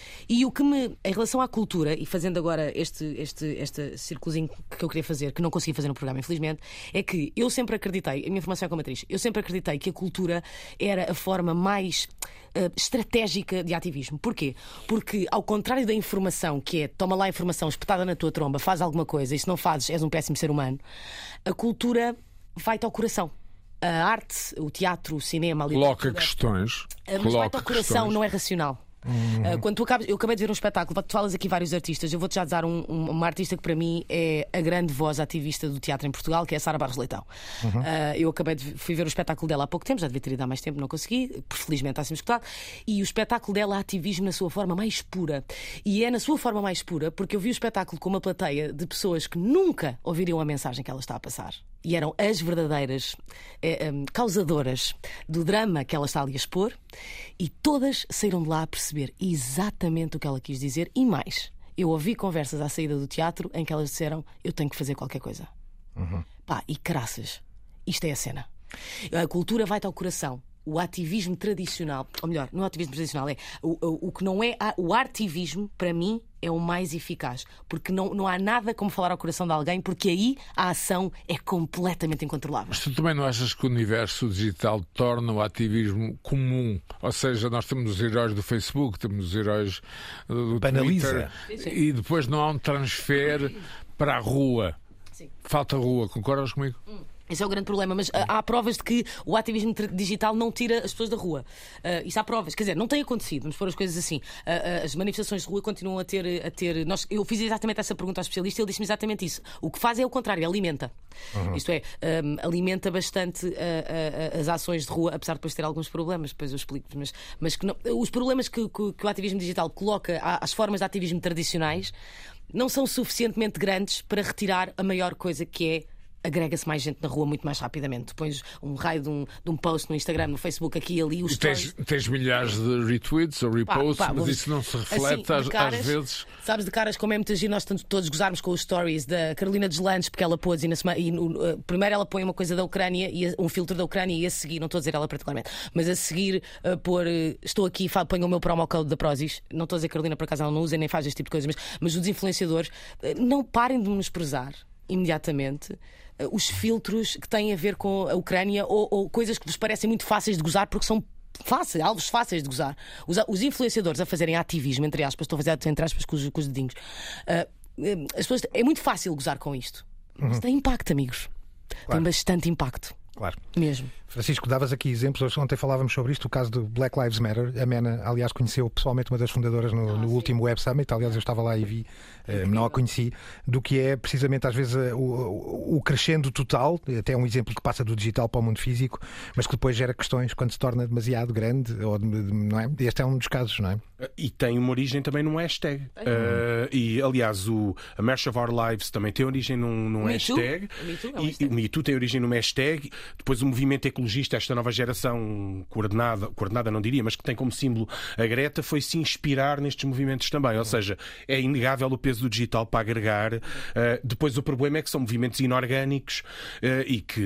E o que me, em relação à cultura, e fazendo agora este, este, este círculozinho que eu queria fazer, que não consegui fazer no programa, infelizmente, é que eu sempre acreditei, a minha formação é como atriz, eu sempre acreditei que a cultura era a forma mais uh, estratégica de ativismo. Porquê? Porque, ao contrário da informação, que é toma lá a informação espetada na tua tromba, faz alguma coisa, e se não fazes, és um péssimo ser humano, a cultura vai-te ao coração. A arte, o teatro, o cinema, a literatura... Coloca questões. Mas Coloca vai-te ao coração, questões. Não é racional. Uhum. Uh, quando tu acabas, eu acabei de ver um espetáculo, tu falas aqui vários artistas, eu vou-te já dar um, um, uma artista que para mim é a grande voz ativista do teatro em Portugal, que é a Sara Barros Leitão. Uhum. Uh, eu acabei de fui ver o espetáculo dela há pouco tempo, já devia ter ido há mais tempo, não consegui, por felizmente está-se-me escutado. E o espetáculo dela é ativismo na sua forma mais pura. E é na sua forma mais pura porque eu vi o espetáculo com uma plateia de pessoas que nunca ouviriam a mensagem que ela está a passar. E eram as verdadeiras eh, um, causadoras do drama que ela está ali a expor, e todas saíram de lá a perceber exatamente o que ela quis dizer. E mais, eu ouvi conversas à saída do teatro em que elas disseram: eu tenho que fazer qualquer coisa. Uhum. Pá, e caraças, isto é a cena. A cultura vai-te ao coração. O ativismo tradicional, ou melhor, não é o ativismo tradicional, é o, o, o que não é o artivismo, para mim, é o mais eficaz, porque não, não há nada como falar ao coração de alguém, porque aí a ação é completamente incontrolável. Mas tu também não achas que o universo digital torna o ativismo comum? Ou seja, nós temos os heróis do Facebook, temos os heróis do Banaliza. Twitter, sim, sim. E depois não há um transfer para a rua. Sim. Falta rua, concordas comigo? Hum. Esse é o grande problema, mas uh, há provas de que o ativismo digital não tira as pessoas da rua. Uh, isso há provas. Quer dizer, não tem acontecido, vamos pôr as coisas assim. Uh, uh, as manifestações de rua continuam a ter... A ter nós, eu fiz exatamente essa pergunta ao especialista e ele disse-me exatamente isso. O que faz é o contrário, alimenta. Uhum. Isto é, um, alimenta bastante uh, uh, as ações de rua, apesar de depois ter alguns problemas, depois eu explico. Mas, mas que não, os problemas que, que, que o ativismo digital coloca às formas de ativismo tradicionais não são suficientemente grandes para retirar a maior coisa, que é: agrega-se mais gente na rua muito mais rapidamente. Tu pões um raio de um, de um post no Instagram, no Facebook, aqui e ali. Os tens, tens milhares de retweets ou reposts, pá, pá, mas isso não se reflete assim, às, caras, às vezes. Sabes, de caras como é muito giro, nós todos gozarmos com os stories da Carolina Deslandes, porque ela pôs e, na semana, e no, uh, primeiro ela põe uma coisa da Ucrânia, e a, um filtro da Ucrânia, e a seguir, não estou a dizer ela particularmente, mas a seguir uh, pôr uh, estou aqui e ponho o meu promo code da Prozis. Não estou a dizer que a Carolina por acaso ela não usa nem faz este tipo de coisas, mas, mas os influenciadores uh, não parem de menosprezar imediatamente os filtros que têm a ver com a Ucrânia, ou, ou coisas que vos parecem muito fáceis de gozar porque são fáceis, alvos fáceis de gozar. Os, os influenciadores a fazerem ativismo, entre aspas, estou a fazer entre aspas com os, com os dedinhos. Uh, as pessoas, é muito fácil gozar com isto. Uhum. Mas tem impacto, amigos. Claro. Tem bastante impacto. Claro. Mesmo. Francisco, davas aqui exemplos. Ontem falávamos sobre isto, o caso do Black Lives Matter. A Mena, aliás, conheceu pessoalmente uma das fundadoras no, ah, no último Web Summit. Aliás, eu estava lá e vi, uh, não a conheci, do que é precisamente às vezes uh, o, o crescendo total, até um exemplo que passa do digital para o mundo físico, mas que depois gera questões quando se torna demasiado grande, ou, não é? Este é um dos casos, não é? E tem uma origem também num hashtag. Uh, e, aliás, o a March of Our Lives também tem origem num, num hashtag. O Me Too, é um e, hashtag. O Me Too tem origem num hashtag. Depois o movimento ecologista, esta nova geração coordenada, coordenada não diria, mas que tem como símbolo a Greta, foi se inspirar nestes movimentos também. Ou seja, é inegável o peso do digital para agregar. Uh, depois o problema é que são movimentos inorgânicos uh, e que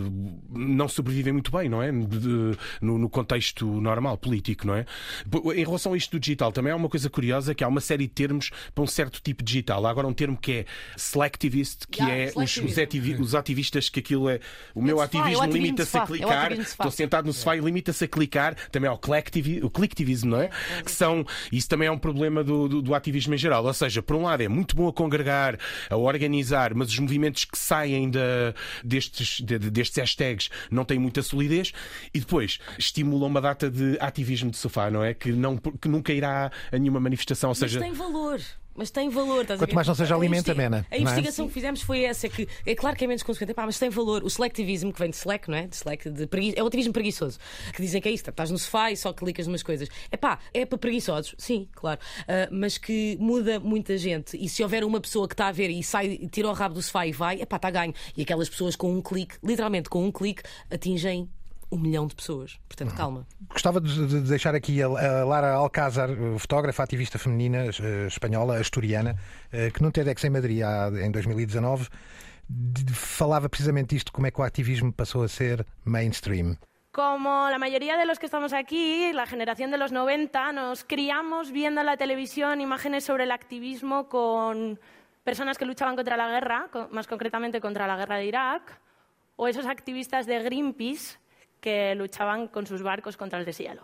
não sobrevivem muito bem, não é? De, de, no, no contexto normal, político, não é? Em relação a isto do digital, também há uma coisa curiosa, que há uma série de termos para um certo tipo de digital. Há agora um termo que é selectivist, que yeah, é os, os, ativi os ativistas, que aquilo é... O meu ativismo limita-se a clicar. Estou sentado no sofá e limita-se a clicar. Também há o clicktivismo, o clicktivismo, não é? Que são... Isso também é um problema do, do, do ativismo em geral. Ou seja, por um lado é muito bom a congregar, a organizar, mas os movimentos que saem da, destes, de, destes hashtags não têm muita solidez, e depois estimulam uma data de ativismo de sofá, não é? Que, não, que nunca irá a nenhuma manifestação. Ou seja, mas tem valor. Mas tem valor, estás a ver? Quanto mais não seja A alimenta, investi- Mena. A investigação que fizemos foi essa, que é claro que é menos consequente, epá, mas tem valor. O selectivismo, que vem de slack, não é? De slack, de pregui... É o ativismo preguiçoso. Que dizem que é isso, estás no sofá e só clicas numas coisas. Epá, é para preguiçosos, sim, claro. Uh, mas que muda muita gente. E se houver uma pessoa que está a ver e sai, e tira o rabo do sofá e vai, epá, está ganho. E aquelas pessoas com um clique, literalmente com um clique, atingem um milhão de pessoas. Portanto, calma. Gostava de de deixar aqui a a Lara Alcázar, fotógrafa, ativista feminina eh, espanhola, asturiana, eh, que num TEDx em Madrid há- em dois mil e dezanove de- falava precisamente disto, como é que o ativismo passou a ser mainstream. Como la mayoría de los que estamos aquí, la generación de los noventa, nos criamos viendo en la televisión imágenes sobre el activismo con personas que luchaban contra la guerra, con- más concretamente contra la guerra de Irak, o esos activistas de Greenpeace que luchaban con sus barcos contra el deshielo.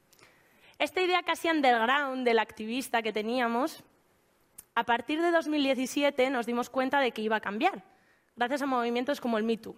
Esta idea casi underground del activista que teníamos, a partir de dos mil diecisiete nos dimos cuenta de que iba a cambiar, gracias a movimientos como el Me Too.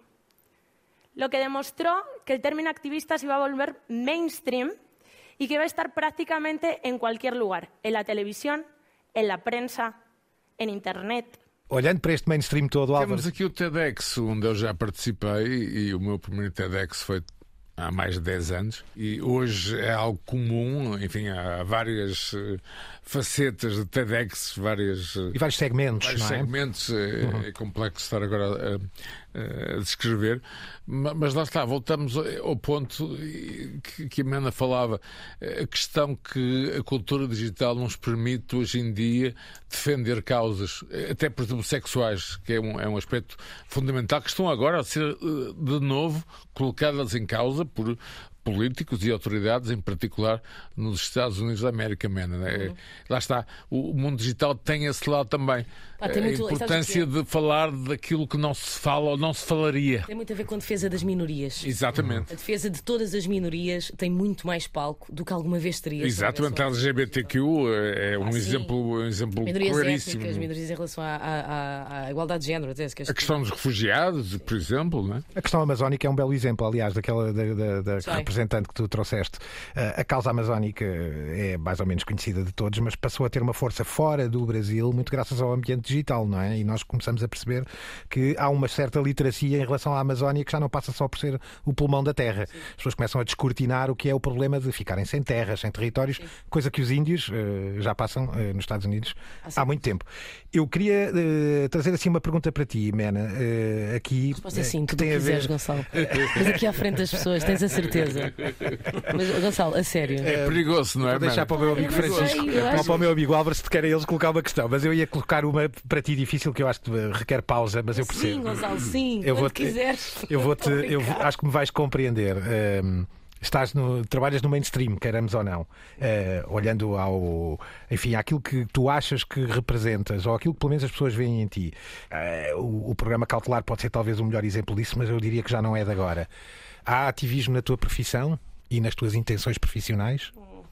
Lo que demostró que el término activista se iba a volver mainstream y que iba a estar prácticamente en cualquier lugar, en la televisión, en la prensa, en Internet. Olhando para este mainstream todo, Álvaro, Temos aqui o TEDx, onde eu já participei, e o meu primeiro TEDx foi há mais de dez anos, e hoje é algo comum, enfim, há várias eh, facetas de TEDx, várias, eh, e vários segmentos, vários não é? segmentos, é, é complexo estar agora a, a descrever, Ma- mas lá está, voltamos ao ponto que, que a Mena falava, a questão que a cultura digital nos permite hoje em dia defender causas, até por exemplo sexuais, que é um, é um aspecto fundamental, que estão agora a ser eh, de novo colocadas em causa por políticos e autoridades, em particular nos Estados Unidos da América, Mena. Né? Uhum. Lá está, o, o mundo digital tem esse lado também. Pá, tem a muito- importância sabes o de falar daquilo que não se fala ou não se falaria. Tem muito a ver com a defesa das minorias. Exatamente. A defesa de todas as minorias tem muito mais palco do que alguma vez teria. sobre Exatamente, a essa- L G B T Q é um Ah, sim. exemplo, um exemplo Minorias claríssimo. étnicas, minorias em relação à, à- à- à igualdade de género. Até, A questão dos refugiados, por exemplo, não é? A questão amazónica é um belo exemplo, aliás, daquela da, da- da Sei. representante que tu trouxeste. Uh, a causa amazónica é mais ou menos conhecida de todos, mas passou a ter uma força fora do Brasil, muito graças ao ambiente digital, não é? E nós começamos a perceber que há uma certa literacia em relação à Amazónia que já não passa só por ser o pulmão da terra. Sim. As pessoas começam a descortinar o que é o problema de ficarem sem terras, sem territórios, Sim. coisa que os índios uh, já passam uh, nos Estados Unidos há, há muito tempo. Eu queria uh, trazer assim uma pergunta para ti, Mena, uh, aqui. Resposta é sim, que tu tem a quiseres, ver... Gonçalo. Mas aqui à frente das pessoas, tens a certeza. Mas, Gonçalo, a sério. É perigoso, não é? Vou deixar para o meu amigo Eu não sei, Francisco, eu ou acho- para o meu amigo Álvaro, se te querem eles colocar uma questão, mas eu ia colocar uma para ti difícil que eu acho que requer pausa, mas eu Sim, percebo. Gonçalo, sim. Eu quando vou-te- quiseres. Eu vou-te, Estou a eu brincar. acho que me vais compreender. Ahm, estás no, trabalhas no mainstream, queiramos ou não, Ah, olhando ao, enfim, àquilo que tu achas que representas, ou aquilo que pelo menos as pessoas veem em ti. Ah, o, o programa Cautelar pode ser talvez o melhor exemplo disso, mas eu diria que já não é de agora. Há ativismo na tua profissão e nas tuas intenções profissionais?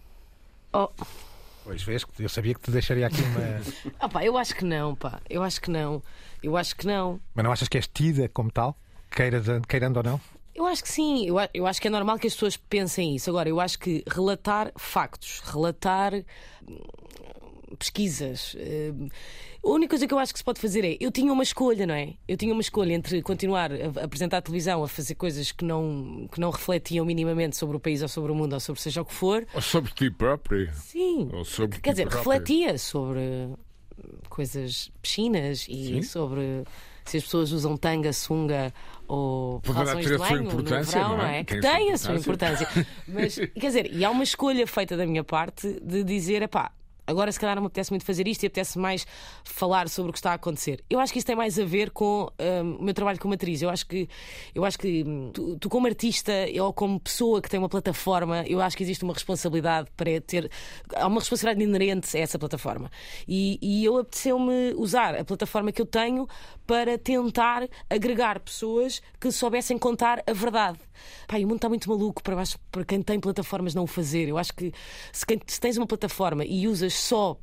Oh. Pois vês, que eu sabia que te deixaria aqui uma. Ah, pá, eu acho que não, pá. Eu acho que não. Eu acho que não. Mas não achas que és tida como tal? Queiras, queirando ou não? Eu acho que sim, eu, a- eu acho que é normal que as pessoas pensem isso. Agora, eu acho que relatar factos, relatar hum, pesquisas. hum, A única coisa que eu acho que se pode fazer é. Eu tinha uma escolha, não é? Eu tinha uma escolha entre continuar a, a apresentar a televisão, a fazer coisas que não, que não refletiam minimamente sobre o país ou sobre o mundo ou sobre seja o que for. Ou sobre ti próprio. Sim. Ou sobre Quer ti dizer, próprio. refletia sobre coisas piscinas e Sim. sobre se as pessoas usam tanga, sunga ou Poderá calções ter de a sua banho no importância, verão, não não é? é? Tem Que a sua tem a sua importância. importância. Mas, quer dizer, e há uma escolha feita da minha parte de dizer, epá, agora se calhar não me apetece muito fazer isto e apetece mais falar sobre o que está a acontecer. Eu acho que isso tem mais a ver com hum, o meu trabalho como atriz. Eu acho que, eu acho que hum, tu, tu como artista ou como pessoa que tem uma plataforma, eu acho que existe uma responsabilidade para ter. Há uma responsabilidade inerente a essa plataforma. E, e eu apeteceu-me usar a plataforma que eu tenho para tentar agregar pessoas que soubessem contar a verdade. Pá, e o mundo está muito maluco para, baixo, para quem tem plataformas não o fazer. Eu acho que se, quem, se tens uma plataforma e usas só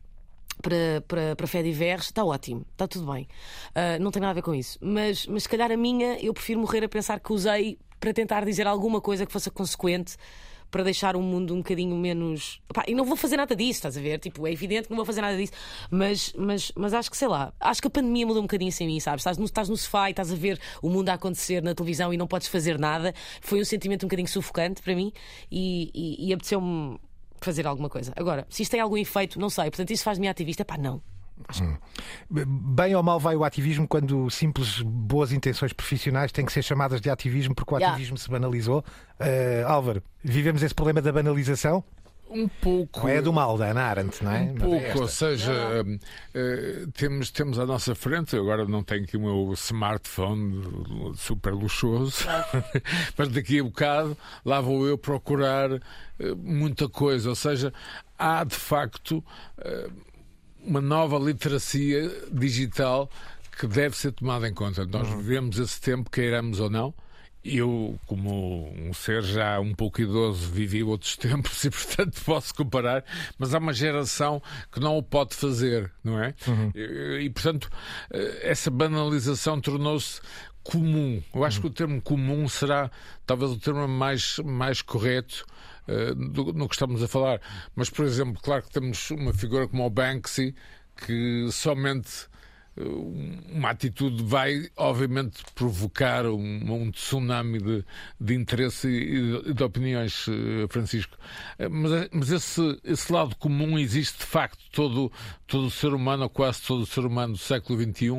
para, para, para fé diversos, está ótimo, está tudo bem. Uh, não tem nada a ver com isso. Mas, mas se calhar a minha, eu prefiro morrer a pensar que usei para tentar dizer alguma coisa que fosse consequente para deixar o mundo um bocadinho menos... Pá, e não vou fazer nada disso, estás a ver? Tipo, é evidente que não vou fazer nada disso, mas, mas, mas acho que, sei lá, acho que a pandemia mudou um bocadinho sem mim, sabes? Estás no, estás no sofá e estás a ver o mundo a acontecer na televisão e não podes fazer nada. Foi um sentimento um bocadinho sufocante para mim e, e, e apeteceu-me fazer alguma coisa. Agora, se isto tem algum efeito, não sei. Portanto, isso faz-me ativista? Pá, não. Hum. Bem ou mal vai o ativismo quando simples boas intenções profissionais têm que ser chamadas de ativismo porque o ativismo yeah. se banalizou? Uh, Álvaro, vivemos esse problema da banalização? Um pouco. Não é do mal da Hannah Arendt, não é? Um pouco, é ou seja, uh, uh, temos, temos à nossa frente, agora não tenho aqui o meu smartphone super luxuoso, mas daqui a bocado lá vou eu procurar uh, muita coisa, ou seja, há de facto uh, uma nova literacia digital que deve ser tomada em conta. Nós uhum. vivemos esse tempo, queiramos ou não. Eu, como um ser já um pouco idoso, vivi outros tempos e, portanto, posso comparar, mas há uma geração que não o pode fazer, não é? Uhum. E, e, portanto, essa banalização tornou-se comum. Eu acho uhum. que o termo comum será talvez o termo mais, mais correto uh, do, no que estamos a falar. Mas, por exemplo, claro que temos uma figura como o Banksy, que somente uma atitude vai, obviamente, provocar um, um tsunami de, de interesse e de, de opiniões, Francisco. Mas, mas esse, esse lado comum existe, de facto. Todo, todo o ser humano, ou quase todo o ser humano do século vinte e um,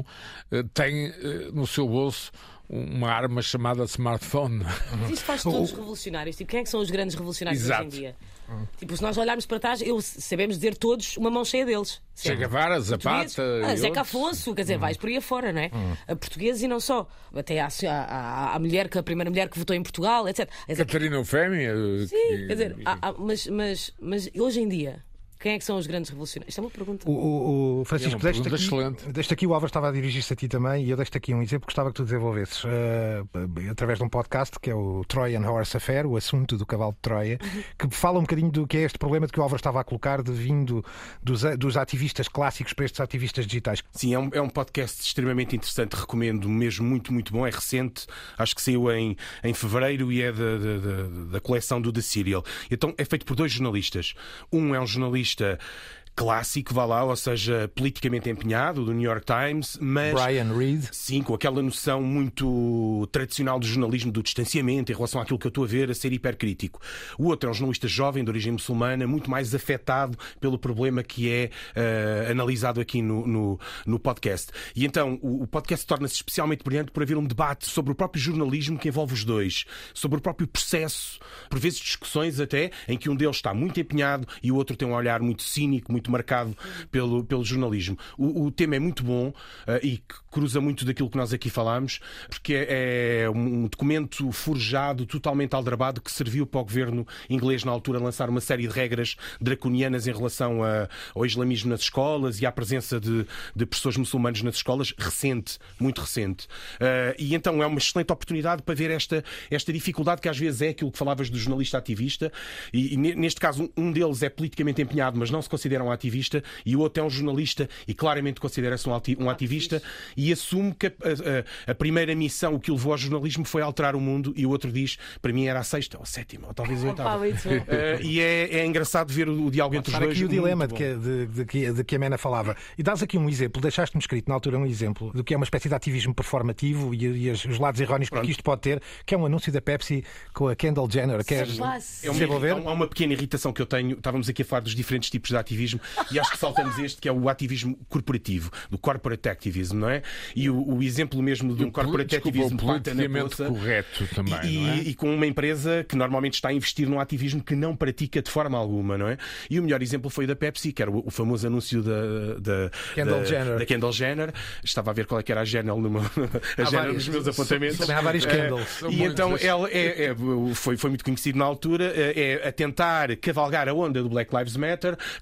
tem no seu bolso uma arma chamada smartphone. Isso faz todos os revolucionários. Tipo, quem é que são os grandes revolucionários Exato. Hoje em dia? Tipo, se nós olharmos para trás, eu, sabemos dizer todos uma mão cheia deles. Che Guevara, Zapata... Ah, Zeca Afonso, quer dizer, hum. vais por aí afora, não é? Hum. Portugueses e não só. Até há a, a, mulher, a primeira mulher que votou em Portugal, etcétera. Catarina Eufémia. Sim, que... quer dizer, há, há, mas, mas, mas hoje em dia... Quem é que são os grandes revolucionários? Isto é uma pergunta. O, o, o Francisco, é deste aqui, deste aqui o Álvaro estava a dirigir-se a ti também e eu deste aqui um exemplo que gostava que tu desenvolvesses uh, através de um podcast que é o Trojan Horse Affair, o assunto do cavalo de Troia, uhum. que fala um bocadinho do que é este problema de que o Álvaro estava a colocar de vindo dos, dos ativistas clássicos para estes ativistas digitais. Sim, é um, é um podcast extremamente interessante, recomendo, mesmo muito, muito bom, é recente, acho que saiu em, em fevereiro e é da, da, da, da coleção do The Serial. Então é feito por dois jornalistas. Um é um jornalista clássico, vá lá, ou seja, politicamente empenhado, do New York Times, mas... Brian Reed. Sim, com aquela noção muito tradicional do jornalismo, do distanciamento em relação àquilo que eu estou a ver, a ser hipercrítico. O outro é um jornalista jovem, de origem muçulmana, muito mais afetado pelo problema que é uh, analisado aqui no, no, no podcast. E então, o, o podcast torna-se especialmente brilhante por haver um debate sobre o próprio jornalismo que envolve os dois, sobre o próprio processo, por vezes discussões até, em que um deles está muito empenhado e o outro tem um olhar muito cínico, muito marcado pelo, pelo jornalismo. O, o tema é muito bom uh, e cruza muito daquilo que nós aqui falámos, porque é, é um documento forjado, totalmente aldrabado, que serviu para o governo inglês na altura lançar uma série de regras draconianas em relação a, ao islamismo nas escolas e à presença de, de pessoas muçulmanas nas escolas, recente, muito recente. Uh, e então é uma excelente oportunidade para ver esta, esta dificuldade que às vezes é aquilo que falavas do jornalista ativista, e, e neste caso um deles é politicamente empenhado, mas não se considera um ativista, e o outro é um jornalista e claramente considera-se um, ati um ativista e assume que a, a, a primeira missão, o que o levou ao jornalismo, foi alterar o mundo, e o outro diz, para mim era a sexta ou a sétima, ou talvez a oitava. uh, e é, é engraçado ver o, o diálogo entre os dois. Aqui o dilema de que, de, de, de, de que a Mena falava. E dás aqui um exemplo, deixaste-me escrito na altura um exemplo do que é uma espécie de ativismo performativo e, e os lados erróneos que isto pode ter, que é um anúncio da Pepsi com a Kendall Jenner. Queres desenvolver? Há uma pequena irritação que eu tenho. Estávamos aqui a falar dos diferentes tipos de ativismo e acho que saltamos este, que é o ativismo corporativo, do corporate activism, não é? E o, o exemplo mesmo de um corporate activism politicamente correto também, e, não é? E, e com uma empresa que normalmente está a investir num ativismo que não pratica de forma alguma, não é? E o melhor exemplo foi o da Pepsi, que era o, o famoso anúncio da, da, Kendall da, Jenner. da Kendall Jenner. Estava a ver qual é que era a Jenner, numa, a Jenner nos meus apontamentos. Também há vários Kendalls. Uh, e então ela é, é, foi, foi muito conhecido na altura, é, é a tentar cavalgar a onda do Black Lives Matter, com ela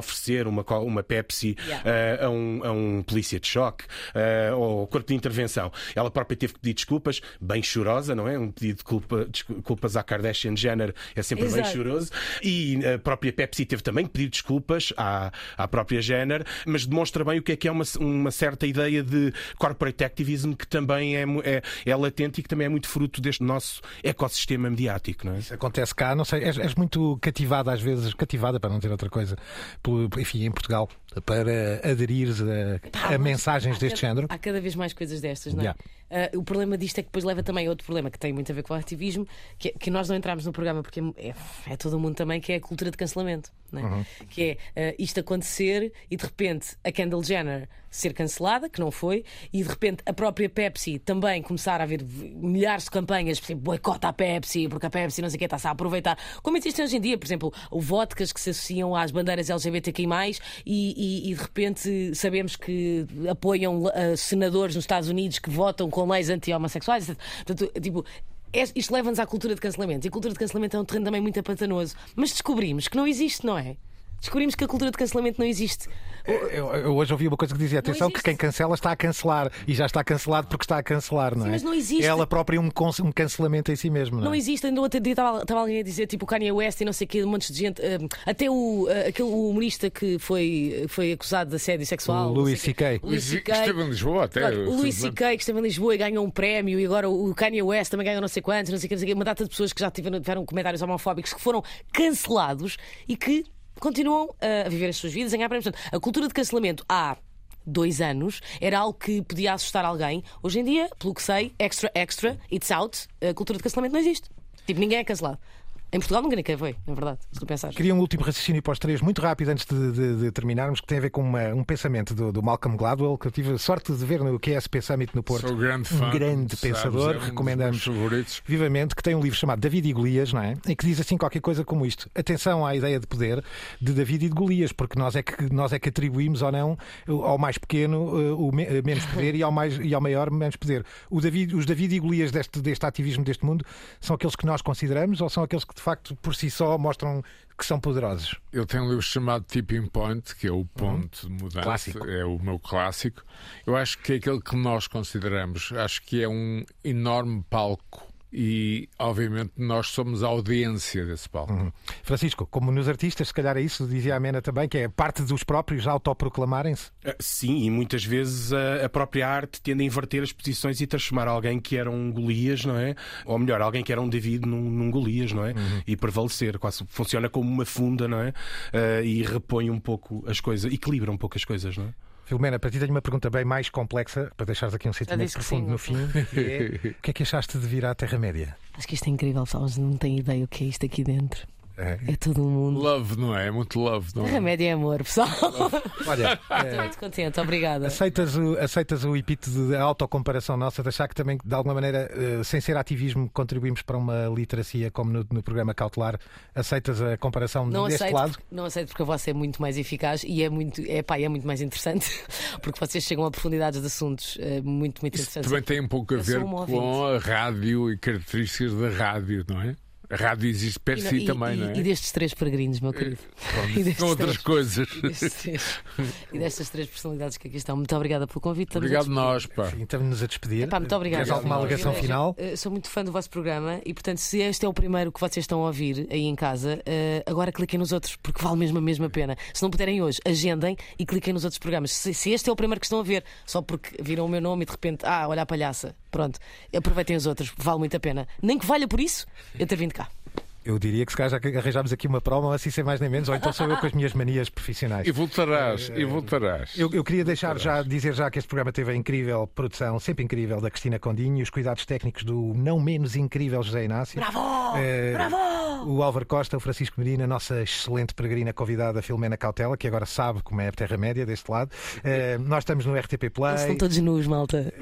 oferecer uma, uma Pepsi Yeah. uh, a, um, a um polícia de choque uh, ou corpo de intervenção. Ela própria teve que pedir desculpas, bem chorosa, não é? Um pedido de culpa, desculpas à Kardashian Jenner é sempre Exato. bem choroso. E a própria Pepsi teve também que pedir desculpas à, à própria Jenner, mas demonstra bem o que é que é uma, uma certa ideia de corporate activism que também é, é, é latente e que também é muito fruto deste nosso ecossistema mediático, não é? Isso acontece cá, não sei, és, és muito cativada às vezes, cativada para não dizer outra coisa, pelo, enfim, em Portugal, para aderires a, Pá, a mensagens deste cada, género. Há cada vez mais coisas destas, não é? Uh, o problema disto é que depois leva também a outro problema que tem muito a ver com o ativismo, que, é, que nós não entramos no programa porque é, é todo o mundo também, que é a cultura de cancelamento, não é? Uhum. Que é uh, isto acontecer e de repente a Kendall Jenner ser cancelada, que não foi, e de repente a própria Pepsi também começar a haver milhares de campanhas, por exemplo, boicota a Pepsi, porque a Pepsi não sei o que está-se a aproveitar, como existe hoje em dia, por exemplo, o vodkas que se associam às bandeiras L G B T Q I mais, e, e, e de repente sabemos que apoiam uh, senadores nos Estados Unidos que votam com leis anti-homossexuais. Portanto, tipo, isto leva-nos à cultura de cancelamento. E a cultura de cancelamento é um terreno também muito apantanoso. Mas descobrimos que não existe, não é? Descobrimos que a cultura de cancelamento não existe. Eu, eu hoje ouvi uma coisa que dizia: atenção, que quem cancela está a cancelar. E já está cancelado porque está a cancelar, não é? Sim, mas não existe. É ela própria um, um cancelamento em si mesmo, não é? Não existe. Ainda outro dia estava, estava alguém a dizer, tipo, o Kanye West e não sei o que, um monte de gente. Uh, até o, uh, aquele humorista que foi, foi acusado de assédio sexual. O Louis C K. Louis C K. Esteve em Lisboa até. Claro, o Louis C K que esteve em Lisboa e ganhou um prémio, e agora o Kanye West também ganhou não sei quantos, não sei o que, não sei o que. Uma data de pessoas que já tiveram, tiveram comentários homofóbicos que foram cancelados e que continuam uh, a viver as suas vidas, a ganhar prémios. Portanto, a cultura de cancelamento há dois anos era algo que podia assustar alguém. Hoje em dia, pelo que sei, extra, extra, it's out, a cultura de cancelamento não existe. Tipo, ninguém é cancelado. Em Portugal nunca ninguém foi, na verdade, se tu pensares. Queria um último raciocínio para os três, muito rápido, antes de, de, de terminarmos, que tem a ver com uma, um pensamento do, do Malcolm Gladwell, que eu tive a sorte de ver no Q S P Summit no Porto. Sou grande fã, um grande sabes, pensador, é um recomendamos vivamente, que tem um livro chamado David e Golias, não é? E que diz assim qualquer coisa como isto: atenção à ideia de poder de David e de Golias, porque nós é que, nós é que atribuímos ou não ao mais pequeno o menos poder e ao, mais, e ao maior menos poder. O David, os David e Golias deste, deste ativismo deste mundo são aqueles que nós consideramos ou são aqueles que de facto por si só mostram que são poderosos? Eu tenho um livro chamado Tipping Point, que é o ponto uhum. de mudança, clássico. É o meu clássico. Eu acho que é aquele que nós consideramos, acho que é um enorme palco e, obviamente, nós somos a audiência desse palco. Uhum. Francisco, como nos artistas, se calhar é isso, dizia a Mena também, que é parte dos próprios autoproclamarem-se? Sim, e muitas vezes a, a própria arte tende a inverter as posições e transformar alguém que era um Golias, não é? Ou melhor, alguém que era um David num, num Golias, não é? Uhum. E prevalecer, quase funciona como uma funda, não é? Uh, e repõe um pouco as coisas, equilibra um pouco as coisas, não é? Filomena, para ti tenho uma pergunta bem mais complexa, para deixares aqui um sentimento profundo no fim. É, o que é que achaste de vir à Terra-média? Acho que isto é incrível, sabes? Não tenho ideia o que é isto aqui dentro. É, é todo o mundo. Love, não é? É muito love, não é? Terra-média é amor, pessoal. Olha, estou é... muito contente, obrigada. Aceitas o, aceitas o epíteto de autocomparação nossa, de achar que também, de alguma maneira, sem ser ativismo, contribuímos para uma literacia como no, no programa Cautelar? Aceitas a comparação não deste aceito, lado? Não aceito, porque a vossa é muito mais eficaz e é muito, é, pá, é muito mais interessante, porque vocês chegam a profundidades de assuntos é, muito, muito Isso interessantes. Também tem um pouco a Eu ver com a rádio e características da rádio, não é? A rádio existe per si e, também, e, não é? E destes três peregrinos, meu querido. E são outras três, coisas. E, três, e destas três personalidades que aqui estão. Muito obrigada pelo convite. Obrigado nós, pá. Sim, estamos-nos a despedir. Epá, muito obrigada. Queres alguma alegação final? Eu sou muito fã do vosso programa e, portanto, se este é o primeiro que vocês estão a ouvir aí em casa, agora cliquem nos outros, porque vale mesmo a mesma pena. Se não puderem hoje, agendem e cliquem nos outros programas. Se, se este é o primeiro que estão a ver, só porque viram o meu nome e de repente, ah, olha a palhaça, pronto, aproveitem os outros, vale muito a pena. Nem que valha por isso eu ter vindo cá. Eu diria que se calhar já arranjámos aqui uma promo, assim sem mais nem menos, ou então sou eu com as minhas manias profissionais. E voltarás, uh, e voltarás. Eu, eu queria deixar já, dizer já que este programa teve a incrível produção, sempre incrível, da Cristina Condinho e os cuidados técnicos do não menos incrível José Inácio. Bravo! Uh, Bravo! O Álvaro Costa, o Francisco Medina, a nossa excelente peregrina convidada, a Filomena Cautela, que agora sabe como é a Terra-média deste lado. Uh, nós estamos no R T P Play. Eles estão todos nus, malta.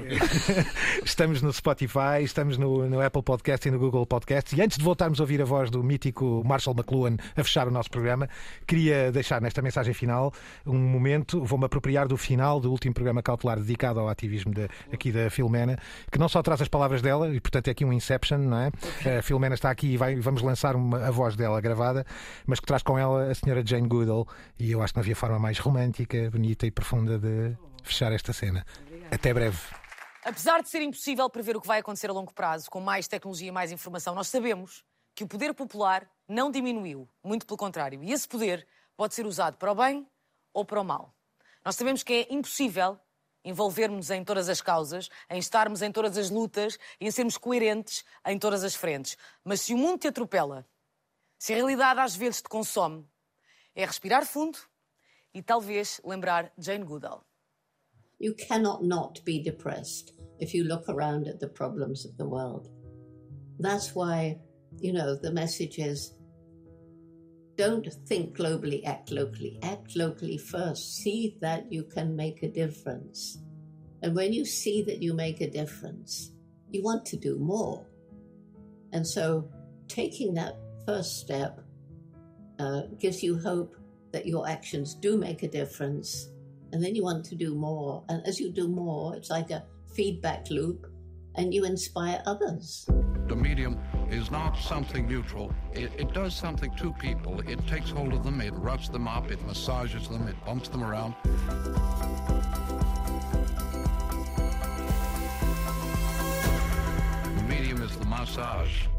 Estamos no Spotify, estamos no, no Apple Podcast e no Google Podcast. E antes de voltarmos a ouvir a voz do mítico Marshall McLuhan a fechar o nosso programa, queria deixar nesta mensagem final um momento, vou-me apropriar do final do último programa Cautelar dedicado ao ativismo de, aqui da Filomena, que não só traz as palavras dela, e portanto é aqui um Inception, não é? A Filomena está aqui e vai, vamos lançar uma uma, a voz dela gravada, mas que traz com ela a senhora Jane Goodall, e eu acho que não havia forma mais romântica, bonita e profunda de fechar esta cena. Obrigada. Até breve. Apesar de ser impossível prever o que vai acontecer a longo prazo, com mais tecnologia e mais informação, nós sabemos que o poder popular não diminuiu, muito pelo contrário, e esse poder pode ser usado para o bem ou para o mal. Nós sabemos que é impossível envolvermos em todas as causas, em estarmos em todas as lutas e em sermos coerentes em todas as frentes. Mas se o mundo te atropela, se a realidade às vezes te consome, é respirar fundo e talvez lembrar Jane Goodall. You cannot not be depressed if you look around at the problems of the world. That's why, you know, the message is don't think globally, act locally. Act locally first. See that you can make a difference. And when you see that you make a difference, you want to do more. And so taking that first step uh, gives you hope that your actions do make a difference. And then you want to do more. And as you do more, it's like a feedback loop, and you inspire others. The medium is not something neutral. It, it does something to people. It takes hold of them, it roughs them up, it massages them, it bumps them around. The medium is the massage.